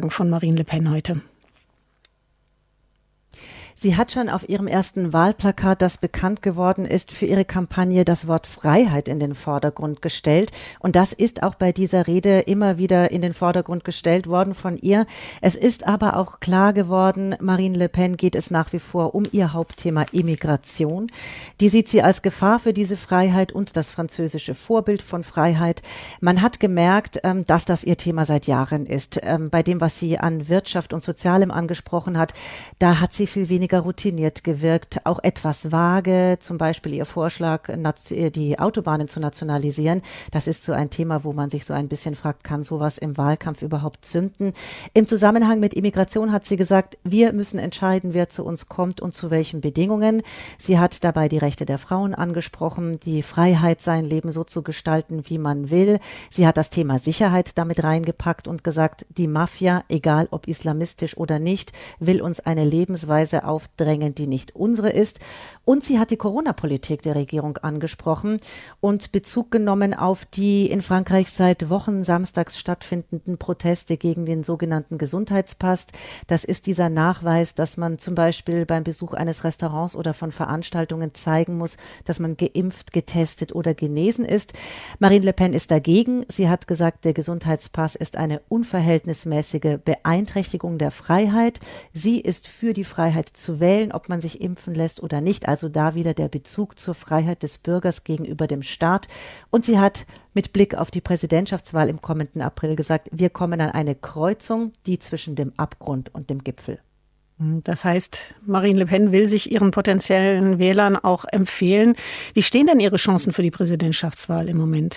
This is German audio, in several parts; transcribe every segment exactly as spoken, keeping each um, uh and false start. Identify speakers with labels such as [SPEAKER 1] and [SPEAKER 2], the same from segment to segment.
[SPEAKER 1] von Marine Le Pen heute?
[SPEAKER 2] Sie hat schon auf ihrem ersten Wahlplakat, das bekannt geworden ist, für ihre Kampagne das Wort Freiheit in den Vordergrund gestellt. Und das ist auch bei dieser Rede immer wieder in den Vordergrund gestellt worden von ihr. Es ist aber auch klar geworden, Marine Le Pen geht es nach wie vor um ihr Hauptthema Immigration. Die sieht sie als Gefahr für diese Freiheit und das französische Vorbild von Freiheit. Man hat gemerkt, dass das ihr Thema seit Jahren ist. Bei dem, was sie an Wirtschaft und Sozialem angesprochen hat, da hat sie viel weniger routiniert gewirkt, auch etwas vage, zum Beispiel ihr Vorschlag, die Autobahnen zu nationalisieren. Das ist so ein Thema, wo man sich so ein bisschen fragt, kann sowas im Wahlkampf überhaupt zünden? Im Zusammenhang mit Immigration hat sie gesagt, wir müssen entscheiden, wer zu uns kommt und zu welchen Bedingungen. Sie hat dabei die Rechte der Frauen angesprochen, die Freiheit, sein Leben so zu gestalten, wie man will. Sie hat das Thema Sicherheit damit reingepackt und gesagt, die Mafia, egal ob islamistisch oder nicht, will uns eine Lebensweise aufdrängen, die nicht unsere ist. Und sie hat die Corona-Politik der Regierung angesprochen und Bezug genommen auf die in Frankreich seit Wochen samstags stattfindenden Proteste gegen den sogenannten Gesundheitspass. Das ist dieser Nachweis, dass man zum Beispiel beim Besuch eines Restaurants oder von Veranstaltungen zeigen muss, dass man geimpft, getestet oder genesen ist. Marine Le Pen ist dagegen. Sie hat gesagt, der Gesundheitspass ist eine unverhältnismäßige Beeinträchtigung der Freiheit. Sie ist für die Freiheit zu wählen, ob man sich impfen lässt oder nicht. Also da wieder der Bezug zur Freiheit des Bürgers gegenüber dem Staat. Und sie hat mit Blick auf die Präsidentschaftswahl im kommenden April gesagt, wir kommen an eine Kreuzung, die zwischen dem Abgrund und dem Gipfel.
[SPEAKER 1] Das heißt, Marine Le Pen will sich ihren potenziellen Wählern auch empfehlen. Wie stehen denn ihre Chancen für die Präsidentschaftswahl im Moment?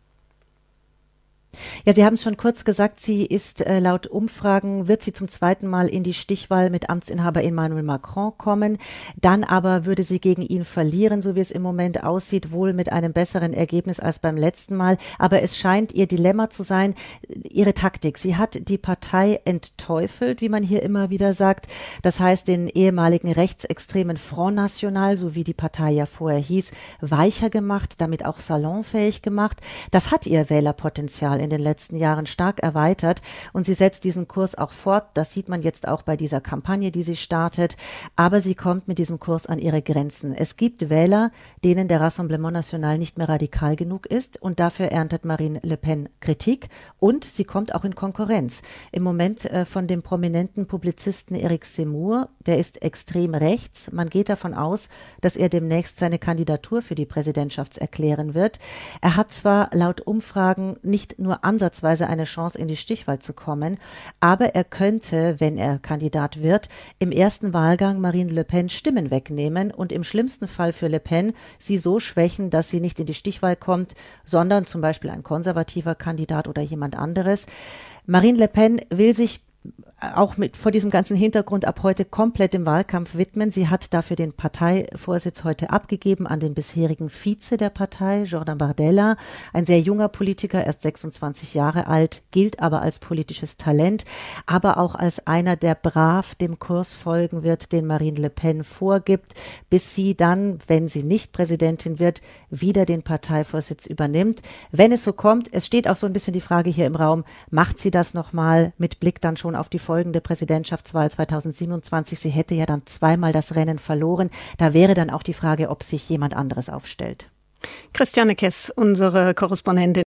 [SPEAKER 2] Ja, Sie haben es schon kurz gesagt, sie ist äh, laut Umfragen, wird sie zum zweiten Mal in die Stichwahl mit Amtsinhaber Emmanuel Macron kommen. Dann aber würde sie gegen ihn verlieren, so wie es im Moment aussieht, wohl mit einem besseren Ergebnis als beim letzten Mal. Aber es scheint ihr Dilemma zu sein, ihre Taktik. Sie hat die Partei entteufelt, wie man hier immer wieder sagt. Das heißt, den ehemaligen rechtsextremen Front National, so wie die Partei ja vorher hieß, weicher gemacht, damit auch salonfähig gemacht. Das hat ihr Wählerpotenzial in den letzten Jahren stark erweitert und sie setzt diesen Kurs auch fort. Das sieht man jetzt auch bei dieser Kampagne, die sie startet. Aber sie kommt mit diesem Kurs an ihre Grenzen. Es gibt Wähler, denen der Rassemblement National nicht mehr radikal genug ist und dafür erntet Marine Le Pen Kritik und sie kommt auch in Konkurrenz. Im Moment äh, von dem prominenten Publizisten Eric Zemmour, der ist extrem rechts. Man geht davon aus, dass er demnächst seine Kandidatur für die Präsidentschaft erklären wird. Er hat zwar laut Umfragen nicht nur ansatzweise eine Chance, in die Stichwahl zu kommen, aber er könnte, wenn er Kandidat wird, im ersten Wahlgang Marine Le Pen Stimmen wegnehmen und im schlimmsten Fall für Le Pen sie so schwächen, dass sie nicht in die Stichwahl kommt, sondern zum Beispiel ein konservativer Kandidat oder jemand anderes. Marine Le Pen will sich auch mit vor diesem ganzen Hintergrund ab heute komplett dem Wahlkampf widmen. Sie hat dafür den Parteivorsitz heute abgegeben an den bisherigen Vize der Partei, Jordan Bardella, ein sehr junger Politiker, erst sechsundzwanzig Jahre alt, gilt aber als politisches Talent, aber auch als einer, der brav dem Kurs folgen wird, den Marine Le Pen vorgibt, bis sie dann, wenn sie nicht Präsidentin wird, wieder den Parteivorsitz übernimmt. Wenn es so kommt, es steht auch so ein bisschen die Frage hier im Raum, macht sie das nochmal mit Blick dann schon auf die folgende Präsidentschaftswahl zweitausendsiebenundzwanzig. Sie hätte ja dann zweimal das Rennen verloren. Da wäre dann auch die Frage, ob sich jemand anderes aufstellt.
[SPEAKER 1] Christiane Kess, unsere Korrespondentin.